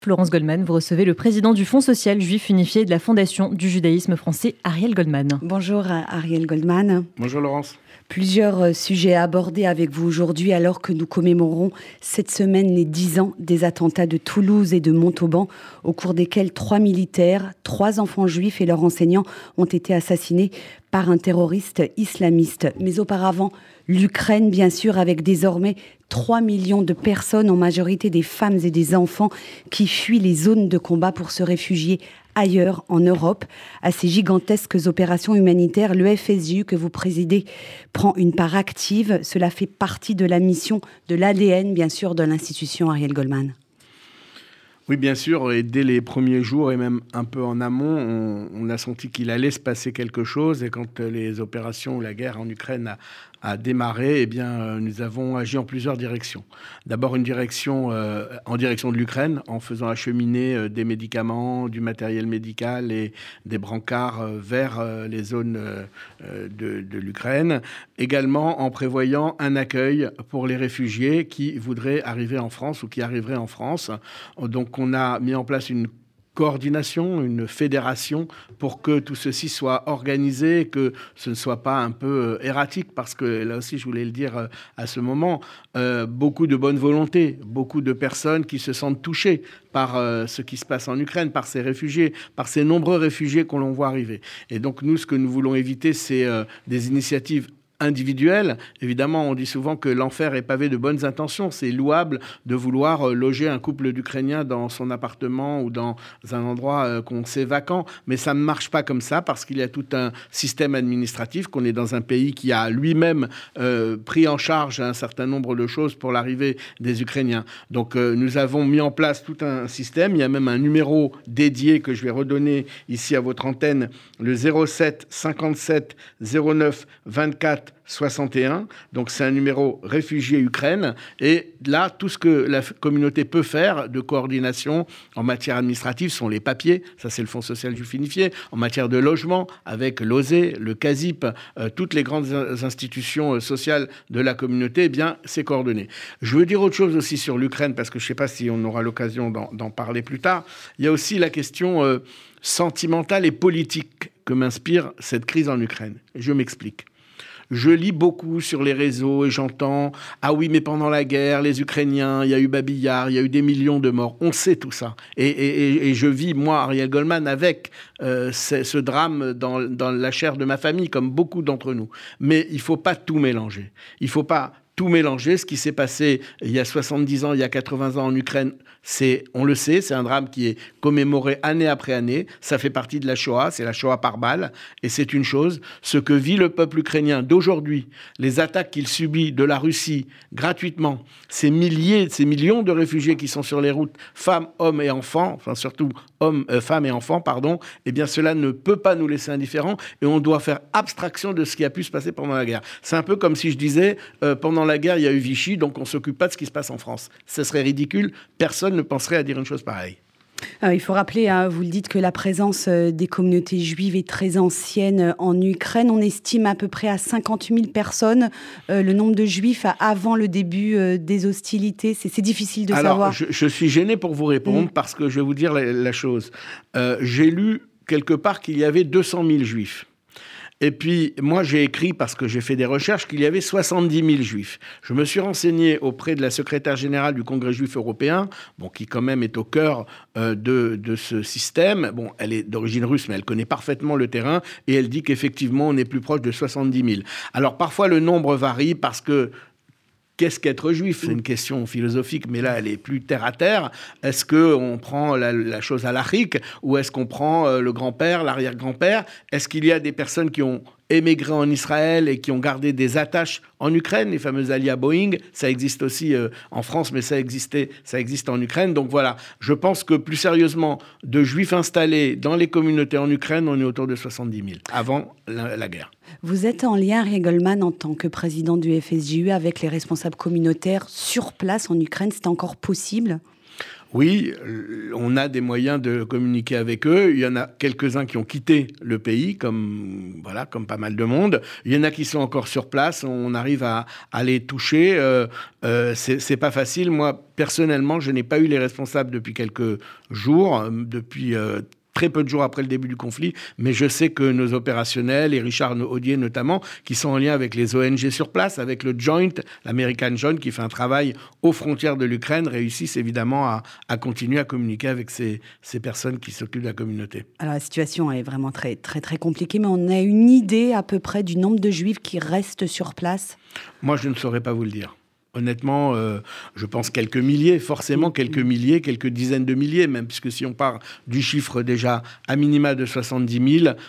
Florence Goldman, vous recevez le président du Fonds social juif unifié et de la Fondation du judaïsme français, Ariel Goldman. Bonjour Ariel Goldman. Bonjour Laurence. Plusieurs sujets à aborder avec vous aujourd'hui alors que nous commémorons cette semaine les 10 ans des attentats de Toulouse et de Montauban au cours desquels 3 militaires, 3 enfants juifs et leurs enseignants ont été assassinés par un terroriste islamiste. Mais auparavant, l'Ukraine, bien sûr, avec désormais 3 millions de personnes, en majorité des femmes et des enfants, qui fuient les zones de combat pour se réfugier ailleurs en Europe. À ces gigantesques opérations humanitaires, le FSJU que vous présidez prend une part active. Cela fait partie de la mission, de l'ADN, bien sûr, de l'institution Ariel Goldman. Oui, bien sûr, et dès les premiers jours, et même un peu en amont, on a senti qu'il allait se passer quelque chose. Et quand les opérations ou la guerre en Ukraine a démarré, eh bien, nous avons agi en plusieurs directions. D'abord, une direction en direction de l'Ukraine, en faisant acheminer des médicaments, du matériel médical et des brancards vers les zones de l'Ukraine. Également, en prévoyant un accueil pour les réfugiés qui voudraient arriver en France ou qui arriveraient en France. Donc, on a mis en place une coordination, une fédération pour que tout ceci soit organisé, que ce ne soit pas un peu erratique, parce que là aussi, je voulais le dire à ce moment, beaucoup de bonne volonté, beaucoup de personnes qui se sentent touchées par ce qui se passe en Ukraine, par ces réfugiés, par ces nombreux réfugiés qu'on voit arriver. Et donc nous, ce que nous voulons éviter, c'est des initiatives individuelle. Évidemment, on dit souvent que l'enfer est pavé de bonnes intentions. C'est louable de vouloir loger un couple d'Ukrainiens dans son appartement ou dans un endroit qu'on sait vacant. Mais ça ne marche pas comme ça parce qu'il y a tout un système administratif, qu'on est dans un pays qui a lui-même pris en charge un certain nombre de choses pour l'arrivée des Ukrainiens. Donc, nous avons mis en place tout un système. Il y a même un numéro dédié que je vais redonner ici à votre antenne, le 07 57 09 24 61, donc c'est un numéro réfugié Ukraine, et là, tout ce que la communauté peut faire de coordination en matière administrative sont les papiers, ça c'est le Fonds social juif unifié, en matière de logement, avec l'OSE, le CASIP, toutes les grandes institutions sociales de la communauté, eh bien, c'est coordonné. Je veux dire autre chose aussi sur l'Ukraine, parce que je ne sais pas si on aura l'occasion d'en parler plus tard. Il y a aussi la question sentimentale et politique que m'inspire cette crise en Ukraine. Je m'explique. Je lis beaucoup sur les réseaux et j'entends « Ah oui, mais pendant la guerre, les Ukrainiens, il y a eu Babillard, il y a eu des millions de morts. » On sait tout ça. Et je vis, moi, Ariel Goldman, avec ce drame dans la chair de ma famille, comme beaucoup d'entre nous. Mais il ne faut pas tout mélanger. Il ne faut pas tout mélanger. Ce qui s'est passé il y a 70 ans, il y a 80 ans en Ukraine, on le sait, c'est un drame qui est commémoré année après année. Ça fait partie de la Shoah, c'est la Shoah par balle. Et c'est une chose, ce que vit le peuple ukrainien d'aujourd'hui, les attaques qu'il subit de la Russie gratuitement, ces millions de réfugiés qui sont sur les routes, femmes, hommes et enfants, enfin surtout femmes et enfants, eh bien cela ne peut pas nous laisser indifférents et on doit faire abstraction de ce qui a pu se passer pendant la guerre. C'est un peu comme si je disais, pendant la guerre, il y a eu Vichy, donc on ne s'occupe pas de ce qui se passe en France. Ce serait ridicule, personne ne penserait à dire une chose pareille. Il faut rappeler, vous le dites, que la présence des communautés juives est très ancienne en Ukraine. On estime à peu près à 50 000 personnes le nombre de juifs avant le début des hostilités. C'est difficile de savoir. Alors, je suis gêné pour vous répondre parce que je vais vous dire la chose. J'ai lu quelque part qu'il y avait 200 000 juifs. Et puis, moi, j'ai écrit, parce que j'ai fait des recherches, qu'il y avait 70 000 juifs. Je me suis renseigné auprès de la secrétaire générale du Congrès juif européen, qui quand même est au cœur de ce système. Bon, elle est d'origine russe, mais elle connaît parfaitement le terrain, et elle dit qu'effectivement, on est plus proche de 70 000. Alors, parfois, le nombre varie parce que qu'est-ce qu'être juif ? C'est une question philosophique, mais là, elle est plus terre à terre. Est-ce qu'on prend la chose à l'Afrique ou est-ce qu'on prend le grand-père, l'arrière-grand-père ? Est-ce qu'il y a des personnes qui ont émigré en Israël et qui ont gardé des attaches en Ukraine, les fameuses Alia Boeing, ça existe aussi en France, mais ça existe en Ukraine. Donc voilà, je pense que plus sérieusement, de juifs installés dans les communautés en Ukraine, on est autour de 70 000, avant la guerre. Vous êtes en lien, Ariel Goldman, en tant que président du FSJU, avec les responsables communautaires sur place en Ukraine. C'est encore possible ? Oui, on a des moyens de communiquer avec eux. Il y en a quelques-uns qui ont quitté le pays, comme pas mal de monde. Il y en a qui sont encore sur place. On arrive à les toucher. C'est pas facile. Moi, personnellement, je n'ai pas eu les responsables depuis quelques jours, depuis très peu de jours après le début du conflit, mais je sais que nos opérationnels, et Richard Audier notamment, qui sont en lien avec les ONG sur place, avec le Joint, l'American Joint, qui fait un travail aux frontières de l'Ukraine, réussissent évidemment à continuer à communiquer avec ces personnes qui s'occupent de la communauté. Alors la situation est vraiment très, très, très compliquée, mais on a une idée à peu près du nombre de Juifs qui restent sur place ? Moi, je ne saurais pas vous le dire. Honnêtement, je pense quelques milliers, forcément quelques milliers, quelques dizaines de milliers même, puisque si on part du chiffre déjà à minima de 70 000,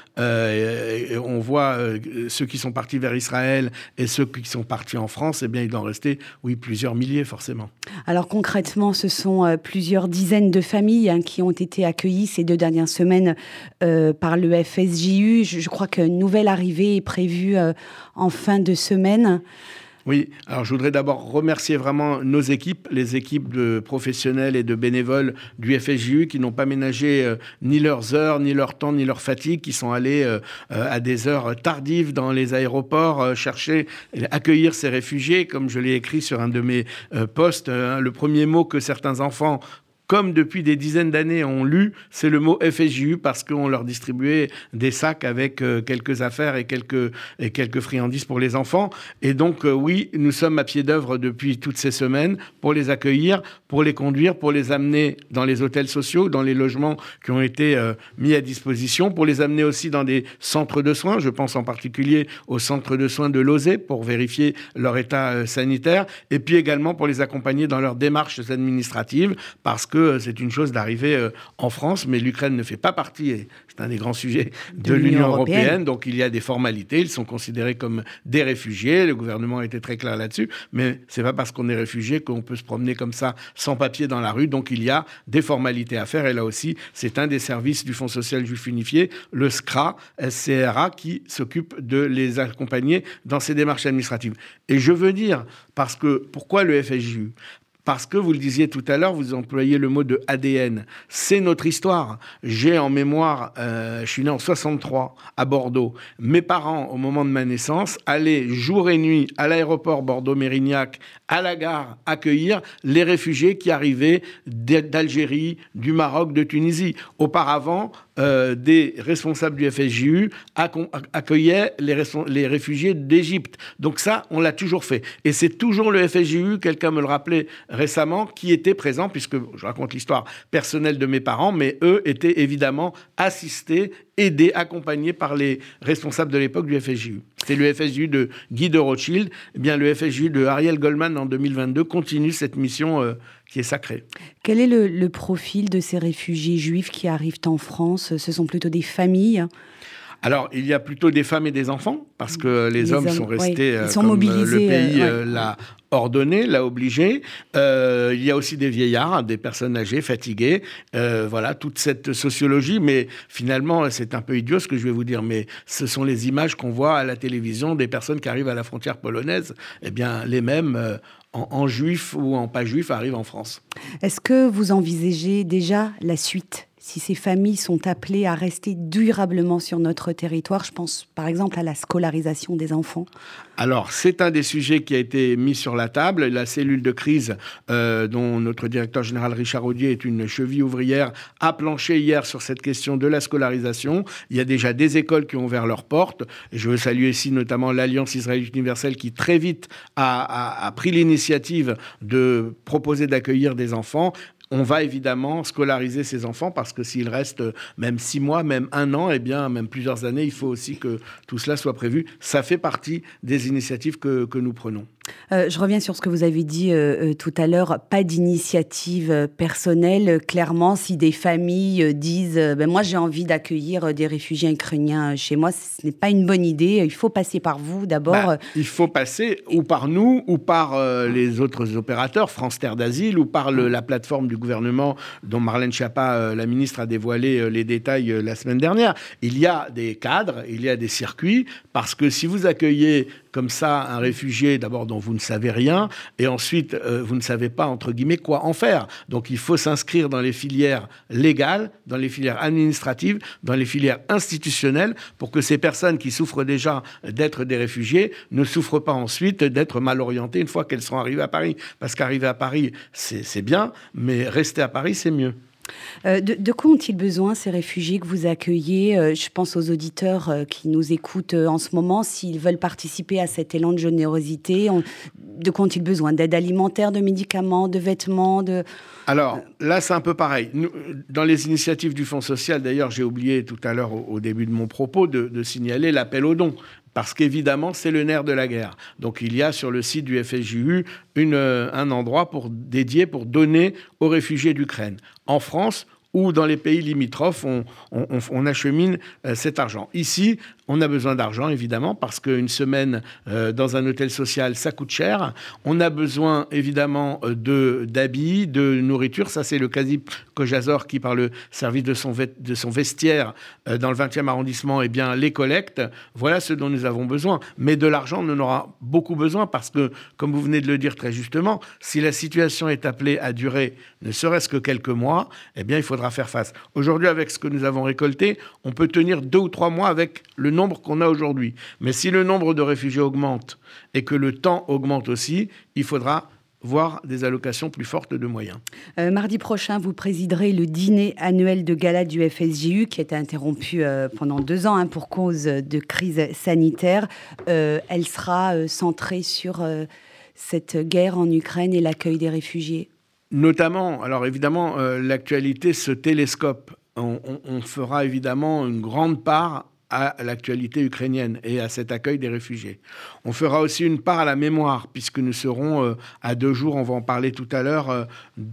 on voit ceux qui sont partis vers Israël et ceux qui sont partis en France, eh bien il doit en rester, oui, plusieurs milliers forcément. Alors concrètement, ce sont plusieurs dizaines de familles qui ont été accueillies ces 2 dernières semaines par le FSJU. Je crois qu'une nouvelle arrivée est prévue en fin de semaine. Oui, alors je voudrais d'abord remercier vraiment nos équipes, les équipes de professionnels et de bénévoles du FSJU qui n'ont pas ménagé ni leurs heures, ni leur temps, ni leur fatigue, qui sont allés à des heures tardives dans les aéroports chercher, accueillir ces réfugiés. Comme je l'ai écrit sur un de mes posts, le premier mot que certains enfants, comme depuis des dizaines d'années, ont lu, c'est le mot FSJU parce qu'on leur distribuait des sacs avec quelques affaires et quelques friandises pour les enfants. Et donc, oui, nous sommes à pied d'œuvre depuis toutes ces semaines pour les accueillir, pour les conduire, pour les amener dans les hôtels sociaux, dans les logements qui ont été mis à disposition, pour les amener aussi dans des centres de soins. Je pense en particulier au centre de soins de Lozé pour vérifier leur état sanitaire et puis également pour les accompagner dans leurs démarches administratives parce que c'est une chose d'arriver en France, mais l'Ukraine ne fait pas partie, et c'est un des grands sujets de l'Union européenne, donc il y a des formalités, ils sont considérés comme des réfugiés, le gouvernement a été très clair là-dessus, mais c'est pas parce qu'on est réfugié qu'on peut se promener comme ça, sans papier dans la rue, donc il y a des formalités à faire, et là aussi, c'est un des services du Fonds social juif unifié, le SCRA, SCRA, qui s'occupe de les accompagner dans ces démarches administratives. Et je veux dire, parce que, pourquoi le FSJU ? Parce que, vous le disiez tout à l'heure, vous employez le mot de ADN. C'est notre histoire. J'ai en mémoire, je suis né en 63 à Bordeaux. Mes parents, au moment de ma naissance, allaient jour et nuit à l'aéroport Bordeaux-Mérignac, à la gare, accueillir les réfugiés qui arrivaient d'Algérie, du Maroc, de Tunisie. Auparavant, des responsables du FSJU accueillaient les réfugiés d'Égypte. Donc ça, on l'a toujours fait. Et c'est toujours le FSJU, quelqu'un me le rappelait récemment, qui était présent, puisque je raconte l'histoire personnelle de mes parents, mais eux étaient évidemment assistés, aidés, accompagnés par les responsables de l'époque du FSJU. C'était le FSJU de Guy de Rothschild. Eh bien, le FSJU de Ariel Goldman en 2022 continue cette mission qui est sacrée. Quel est le profil de ces réfugiés juifs qui arrivent en France ? Ce sont plutôt des familles ? Alors, il y a plutôt des femmes et des enfants, parce que les hommes sont restés, ils sont comme mobilisés, le pays l'a ordonné, l'a obligé. Il y a aussi des vieillards, des personnes âgées, fatiguées. Voilà, toute cette sociologie. Mais finalement, c'est un peu idiot ce que je vais vous dire, mais ce sont les images qu'on voit à la télévision des personnes qui arrivent à la frontière polonaise. Eh bien, les mêmes... En juif ou en pas juif arrivent en France. Est-ce que vous envisagez déjà la suite ? Si ces familles sont appelées à rester durablement sur notre territoire, je pense par exemple à la scolarisation des enfants. Alors, c'est un des sujets qui a été mis sur la table. La cellule de crise, dont notre directeur général Richard Audier est une cheville ouvrière, a planché hier sur cette question de la scolarisation. Il y a déjà des écoles qui ont ouvert leurs portes. Et je veux saluer ici notamment l'Alliance israélite universelle qui très vite a pris l'initiative de proposer d'accueillir des enfants. On va évidemment scolariser ces enfants parce que s'ils restent même 6 mois, même 1 an, eh bien, même plusieurs années, il faut aussi que tout cela soit prévu. Ça fait partie des initiatives que nous prenons. Je reviens sur ce que vous avez dit tout à l'heure, pas d'initiative personnelle. Clairement, si des familles disent moi j'ai envie d'accueillir des réfugiés ukrainiens chez moi, ce n'est pas une bonne idée. Il faut passer par vous d'abord. Il faut passer ou par nous ou par les autres opérateurs, France Terre d'Asile, ou par la plateforme du gouvernement dont Marlène Schiappa, la ministre, a dévoilé les détails la semaine dernière. Il y a des cadres, il y a des circuits, parce que si vous accueillez comme ça un réfugié, d'abord dont vous ne savez rien, et ensuite vous ne savez pas, entre guillemets, quoi en faire. Donc il faut s'inscrire dans les filières légales, dans les filières administratives, dans les filières institutionnelles, pour que ces personnes qui souffrent déjà d'être des réfugiés ne souffrent pas ensuite d'être mal orientées une fois qu'elles seront arrivées à Paris. Parce qu'arriver à Paris, c'est bien, mais rester à Paris, c'est mieux. De quoi ont-ils besoin, ces réfugiés que vous accueillez ? Je pense aux auditeurs qui nous écoutent en ce moment, s'ils veulent participer à cet élan de générosité. De quoi ont-ils besoin ? D'aide alimentaire, de médicaments, de vêtements Alors, là, c'est un peu pareil. Nous, dans les initiatives du Fonds social, d'ailleurs, j'ai oublié tout à l'heure, au début de mon propos, de signaler l'appel aux dons. Parce qu'évidemment, c'est le nerf de la guerre. Donc, il y a sur le site du FSJU un endroit dédié pour donner aux réfugiés d'Ukraine. En France ou dans les pays limitrophes, on achemine cet argent. Ici, on a besoin d'argent, évidemment, parce qu'une semaine dans un hôtel social, ça coûte cher. On a besoin, évidemment, d'habits, de nourriture. Ça, c'est le CASIP Kojazor qui, par le service de son vestiaire dans le 20e arrondissement, eh bien, les collecte. Voilà ce dont nous avons besoin. Mais de l'argent, on en aura beaucoup besoin parce que, comme vous venez de le dire très justement, si la situation est appelée à durer ne serait-ce que quelques mois, eh bien, il faudra faire face. Aujourd'hui, avec ce que nous avons récolté, on peut tenir 2 ou 3 mois avec le nombre qu'on a aujourd'hui. Mais si le nombre de réfugiés augmente et que le temps augmente aussi, il faudra voir des allocations plus fortes de moyens. Mardi prochain, vous présiderez le dîner annuel de gala du FSJU qui a été interrompu pendant 2 ans pour cause de crise sanitaire. Elle sera centrée sur cette guerre en Ukraine et l'accueil des réfugiés. Notamment, alors évidemment, l'actualité se télescope. On fera évidemment une grande part à l'actualité ukrainienne et à cet accueil des réfugiés. On fera aussi une part à la mémoire, puisque nous serons à 2 jours, on va en parler tout à l'heure,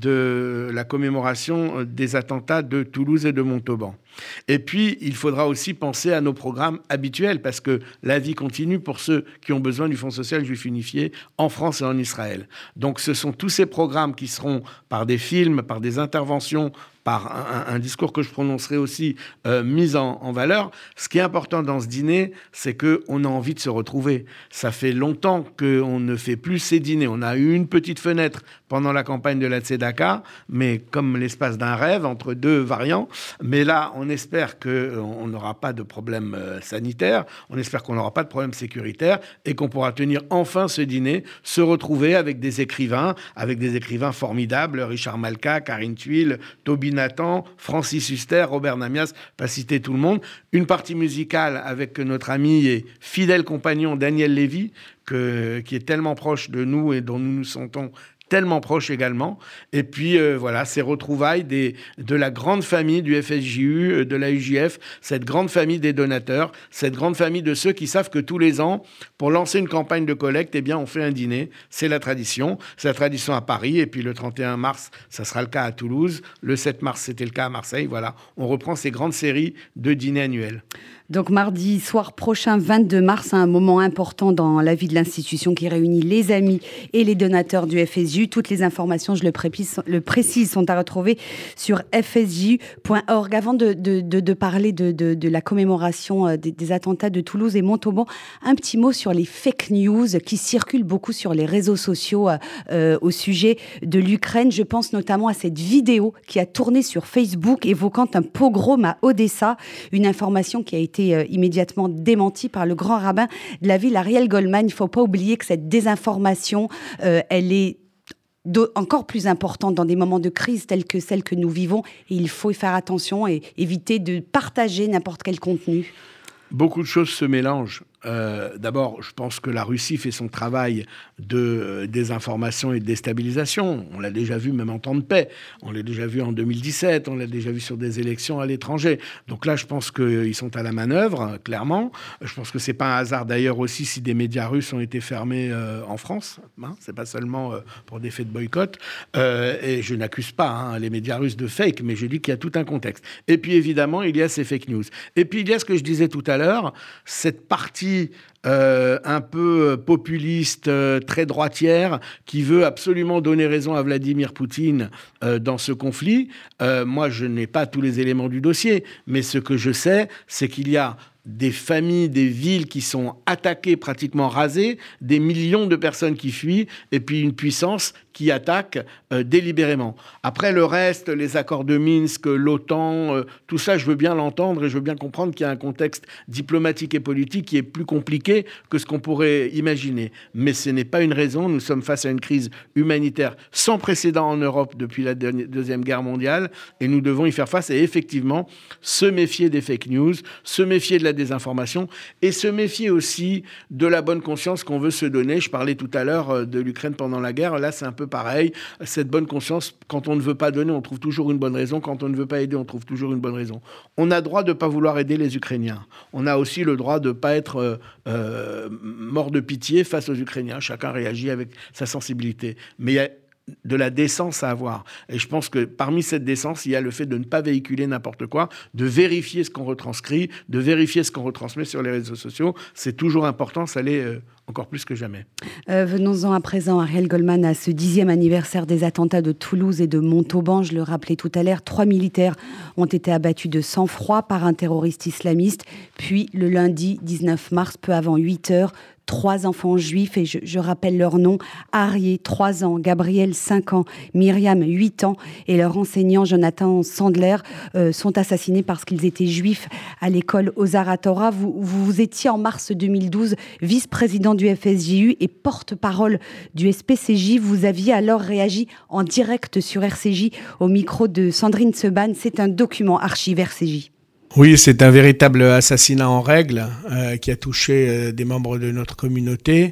de la commémoration des attentats de Toulouse et de Montauban. Et puis, il faudra aussi penser à nos programmes habituels, parce que la vie continue pour ceux qui ont besoin du Fonds social juif unifié en France et en Israël. Donc, ce sont tous ces programmes qui seront, par des films, par des interventions, par un discours que je prononcerai aussi, mis en valeur. Ce qui est important dans ce dîner, c'est qu'on a envie de se retrouver. Ça fait longtemps qu'on ne fait plus ces dîners. On a eu une petite fenêtre pendant la campagne de la Tzedaka, mais comme l'espace d'un rêve, entre 2 variants. Mais là, on espère qu'on n'aura pas de problème sanitaire, on espère qu'on n'aura pas de problème sécuritaire et qu'on pourra tenir enfin ce dîner, se retrouver avec des écrivains formidables, Richard Malka, Karine Thuil, Toby Nathan, Francis Huster, Robert Namias, pas citer tout le monde. Une partie musicale avec notre ami et fidèle compagnon Daniel Lévy, qui est tellement proche de nous et dont nous nous sentons tellement proches également. Et puis, voilà, ces retrouvailles de la grande famille du FSJU, de la UJF, cette grande famille des donateurs, cette grande famille de ceux qui savent que tous les ans, pour lancer une campagne de collecte, eh bien, on fait un dîner. C'est la tradition. C'est la tradition à Paris. Et puis, le 31 mars, ça sera le cas à Toulouse. Le 7 mars, c'était le cas à Marseille. Voilà, on reprend ces grandes séries de dîners annuels. Donc mardi soir prochain, 22 mars, un moment important dans la vie de l'institution qui réunit les amis et les donateurs du FSJU. Toutes les informations, je le précise, sont à retrouver sur fsju.org. Avant de parler de la commémoration des attentats de Toulouse et Montauban, un petit mot sur les fake news qui circulent beaucoup sur les réseaux sociaux au sujet de l'Ukraine. Je pense notamment à cette vidéo qui a tourné sur Facebook évoquant un pogrom à Odessa, une information qui a été immédiatement démentie par le grand rabbin de la ville, Ariel Goldman. Il ne faut pas oublier que cette désinformation, elle est encore plus importante dans des moments de crise tels que celle que nous vivons. Et il faut y faire attention et éviter de partager n'importe quel contenu. Beaucoup de choses se mélangent. D'abord, je pense que la Russie fait son travail de désinformation et de déstabilisation. On l'a déjà vu même en temps de paix. On l'a déjà vu en 2017. On l'a déjà vu sur des élections à l'étranger. Donc là, je pense qu'ils sont à la manœuvre, clairement. Je pense que c'est pas un hasard d'ailleurs aussi si des médias russes ont été fermés en France. C'est pas seulement pour des faits de boycott. Et je n'accuse pas les médias russes de fake, mais je dis qu'il y a tout un contexte. Et puis évidemment, il y a ces fake news. Et puis il y a ce que je disais tout à l'heure, cette partie un peu populiste, très droitière, qui veut absolument donner raison à Vladimir Poutine dans ce conflit. Moi, je n'ai pas tous les éléments du dossier, mais ce que je sais, c'est qu'il y a des familles, des villes qui sont attaquées, pratiquement rasées, des millions de personnes qui fuient, et puis une puissance qui attaque délibérément. Après, le reste, les accords de Minsk, l'OTAN, tout ça, je veux bien l'entendre et je veux bien comprendre qu'il y a un contexte diplomatique et politique qui est plus compliqué que ce qu'on pourrait imaginer. Mais ce n'est pas une raison. Nous sommes face à une crise humanitaire sans précédent en Europe depuis la Deuxième Guerre mondiale et nous devons y faire face et effectivement se méfier des fake news, se méfier de la désinformation et se méfier aussi de la bonne conscience qu'on veut se donner. Je parlais tout à l'heure de l'Ukraine pendant la guerre. Là, c'est un peu pareil. Cette bonne conscience, quand on ne veut pas donner, on trouve toujours une bonne raison. Quand on ne veut pas aider, on trouve toujours une bonne raison. On a le droit de ne pas vouloir aider les Ukrainiens. On a aussi le droit de ne pas être mort de pitié face aux Ukrainiens. Chacun réagit avec sa sensibilité. Mais il y a de la décence à avoir. Et je pense que parmi cette décence, il y a le fait de ne pas véhiculer n'importe quoi, de vérifier ce qu'on retranscrit, de vérifier ce qu'on retransmet sur les réseaux sociaux. C'est toujours important, ça l'est encore plus que jamais. Venons-en à présent, Ariel Goldman, à ce 10e anniversaire des attentats de Toulouse et de Montauban. Je le rappelais tout à l'heure, 3 militaires ont été abattus de sang-froid par un terroriste islamiste. Puis, le lundi 19 mars, peu avant 8 heures, 3 enfants juifs, et je rappelle leurs noms, Arié, 3 ans, Gabriel, 5 ans, Myriam, 8 ans, et leur enseignant Jonathan Sandler sont assassinés parce qu'ils étaient juifs à l'école Ozar Hatorah. Vous étiez en mars 2012 vice-président du FSJU et porte-parole du SPCJ. Vous aviez alors réagi en direct sur RCJ au micro de Sandrine Seban. C'est un document archive RCJ. Oui, c'est un véritable assassinat en règle qui a touché des membres de notre communauté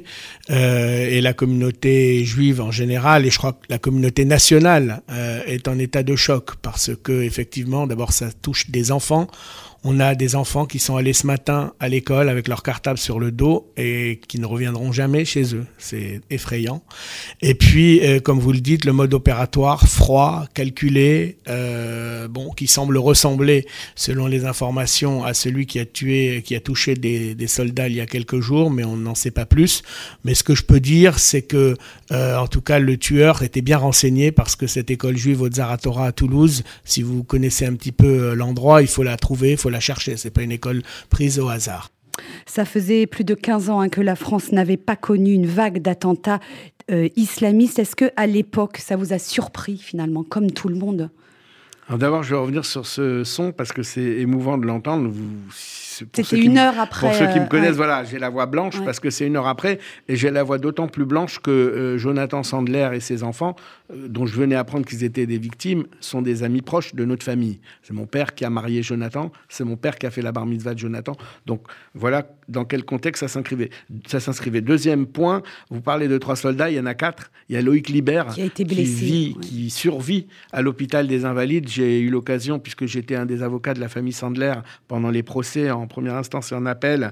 et la communauté juive en général, et je crois que la communauté nationale est en état de choc parce que effectivement, d'abord ça touche des enfants. On a des enfants qui sont allés ce matin à l'école avec leur cartable sur le dos et qui ne reviendront jamais chez eux. C'est effrayant. Et puis, comme vous le dites, le mode opératoire froid, calculé, qui semble ressembler, selon les informations, à celui qui a touché des soldats il y a quelques jours, mais on n'en sait pas plus. Mais ce que je peux dire, c'est que, en tout cas, le tueur était bien renseigné parce que cette école juive Ozar Hatorah à Toulouse, si vous connaissez un petit peu l'endroit, il faut la trouver, il faut la chercher. C'est pas une école prise au hasard. Ça faisait plus de 15 ans que la France n'avait pas connu une vague d'attentats islamistes. Est-ce qu'à l'époque, ça vous a surpris finalement, comme tout le monde ? Alors d'abord, je vais revenir sur ce son parce que c'est émouvant de l'entendre. C'était une heure après. Pour ceux qui me connaissent, voilà, j'ai la voix blanche parce que c'est une heure après. Et j'ai la voix d'autant plus blanche que Jonathan Sandler et ses enfants, dont je venais apprendre qu'ils étaient des victimes, sont des amis proches de notre famille. C'est mon père qui a marié Jonathan. C'est mon père qui a fait la bar mitzvah de Jonathan. Donc voilà dans quel contexte ça s'inscrivait. Deuxième point, vous parlez de 3 soldats, il y en a 4. Il y a Loïc Libert qui a été blessé, qui survit à l'hôpital des Invalides. J'ai eu l'occasion, puisque j'étais un des avocats de la famille Sandler pendant les procès en première instance et en appel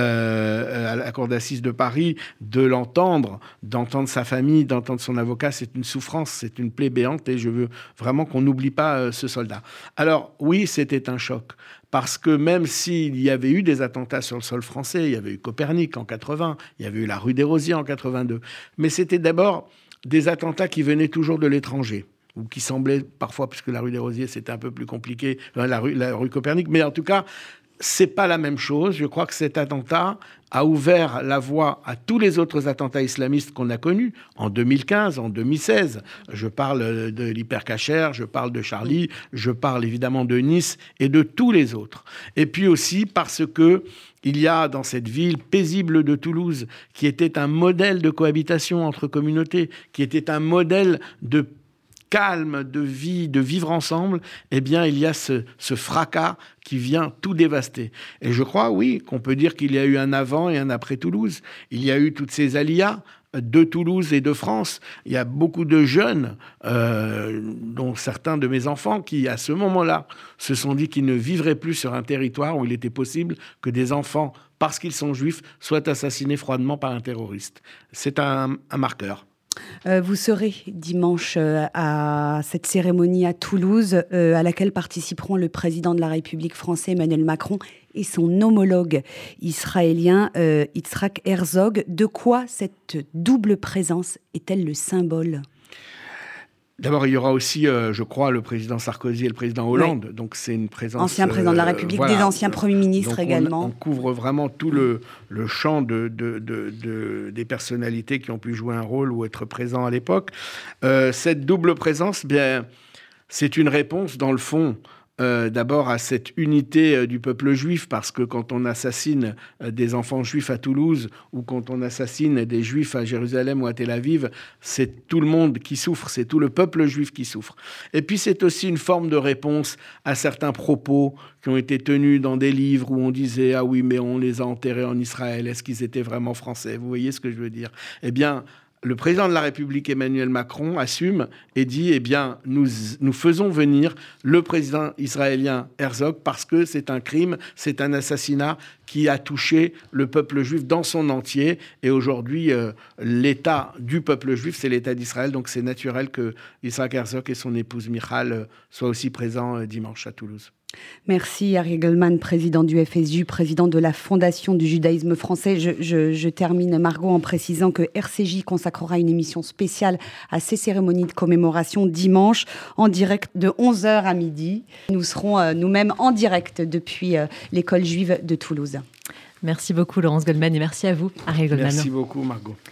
à la cour d'assises de Paris, de l'entendre, d'entendre sa famille, d'entendre son avocat. C'est une souffrance, c'est une plaie béante et je veux vraiment qu'on n'oublie pas ce soldat. Alors oui, c'était un choc. Parce que même s'il y avait eu des attentats sur le sol français, il y avait eu Copernic en 80, il y avait eu la rue des Rosiers en 82, mais c'était d'abord des attentats qui venaient toujours de l'étranger, ou qui semblaient parfois, puisque la rue des Rosiers c'était un peu plus compliqué, la rue Copernic, mais en tout cas, c'est pas la même chose. Je crois que cet attentat a ouvert la voie à tous les autres attentats islamistes qu'on a connus en 2015, en 2016. Je parle de l'Hypercacher, je parle de Charlie, je parle évidemment de Nice et de tous les autres. Et puis aussi parce que il y a dans cette ville paisible de Toulouse, qui était un modèle de cohabitation entre communautés, qui était un modèle de calme, de vie, de vivre ensemble, eh bien, il y a ce fracas qui vient tout dévaster. Et je crois, oui, qu'on peut dire qu'il y a eu un avant et un après Toulouse. Il y a eu toutes ces aliyas de Toulouse et de France. Il y a beaucoup de jeunes, dont certains de mes enfants, qui, à ce moment-là, se sont dit qu'ils ne vivraient plus sur un territoire où il était possible que des enfants, parce qu'ils sont juifs, soient assassinés froidement par un terroriste. C'est un marqueur. Vous serez dimanche à cette cérémonie à Toulouse, à laquelle participeront le président de la République français Emmanuel Macron et son homologue israélien Yitzhak Herzog. De quoi cette double présence est-elle le symbole ? D'abord, il y aura aussi, je crois, le président Sarkozy et le président Hollande. Oui. Donc, c'est une présence... Ancien président de la République, voilà. Des anciens premiers ministres donc également. On couvre vraiment tout le champ des personnalités qui ont pu jouer un rôle ou être présents à l'époque. Cette double présence, bien, c'est une réponse, dans le fond, d'abord à cette unité du peuple juif, parce que quand on assassine des enfants juifs à Toulouse ou quand on assassine des juifs à Jérusalem ou à Tel Aviv, c'est tout le monde qui souffre, c'est tout le peuple juif qui souffre. Et puis c'est aussi une forme de réponse à certains propos qui ont été tenus dans des livres où on disait « Ah oui, mais on les a enterrés en Israël, est-ce qu'ils étaient vraiment français ?» Vous voyez ce que je veux dire ? Eh bien, le président de la République, Emmanuel Macron, assume et dit, eh bien, nous faisons venir le président israélien Herzog parce que c'est un crime, c'est un assassinat qui a touché le peuple juif dans son entier. Et aujourd'hui, l'État du peuple juif, c'est l'État d'Israël. Donc c'est naturel que Yitzhak Herzog et son épouse Michal soient aussi présents dimanche à Toulouse. Merci Ariel Goldman, président du FSU, président de la Fondation du judaïsme français. Je termine, Margot, en précisant que RCJ consacrera une émission spéciale à ces cérémonies de commémoration dimanche, en direct de 11h à midi. Nous serons nous-mêmes en direct depuis l'école juive de Toulouse. Merci beaucoup Laurence Goldman et merci à vous, Ariel Goldman. Merci beaucoup Margot.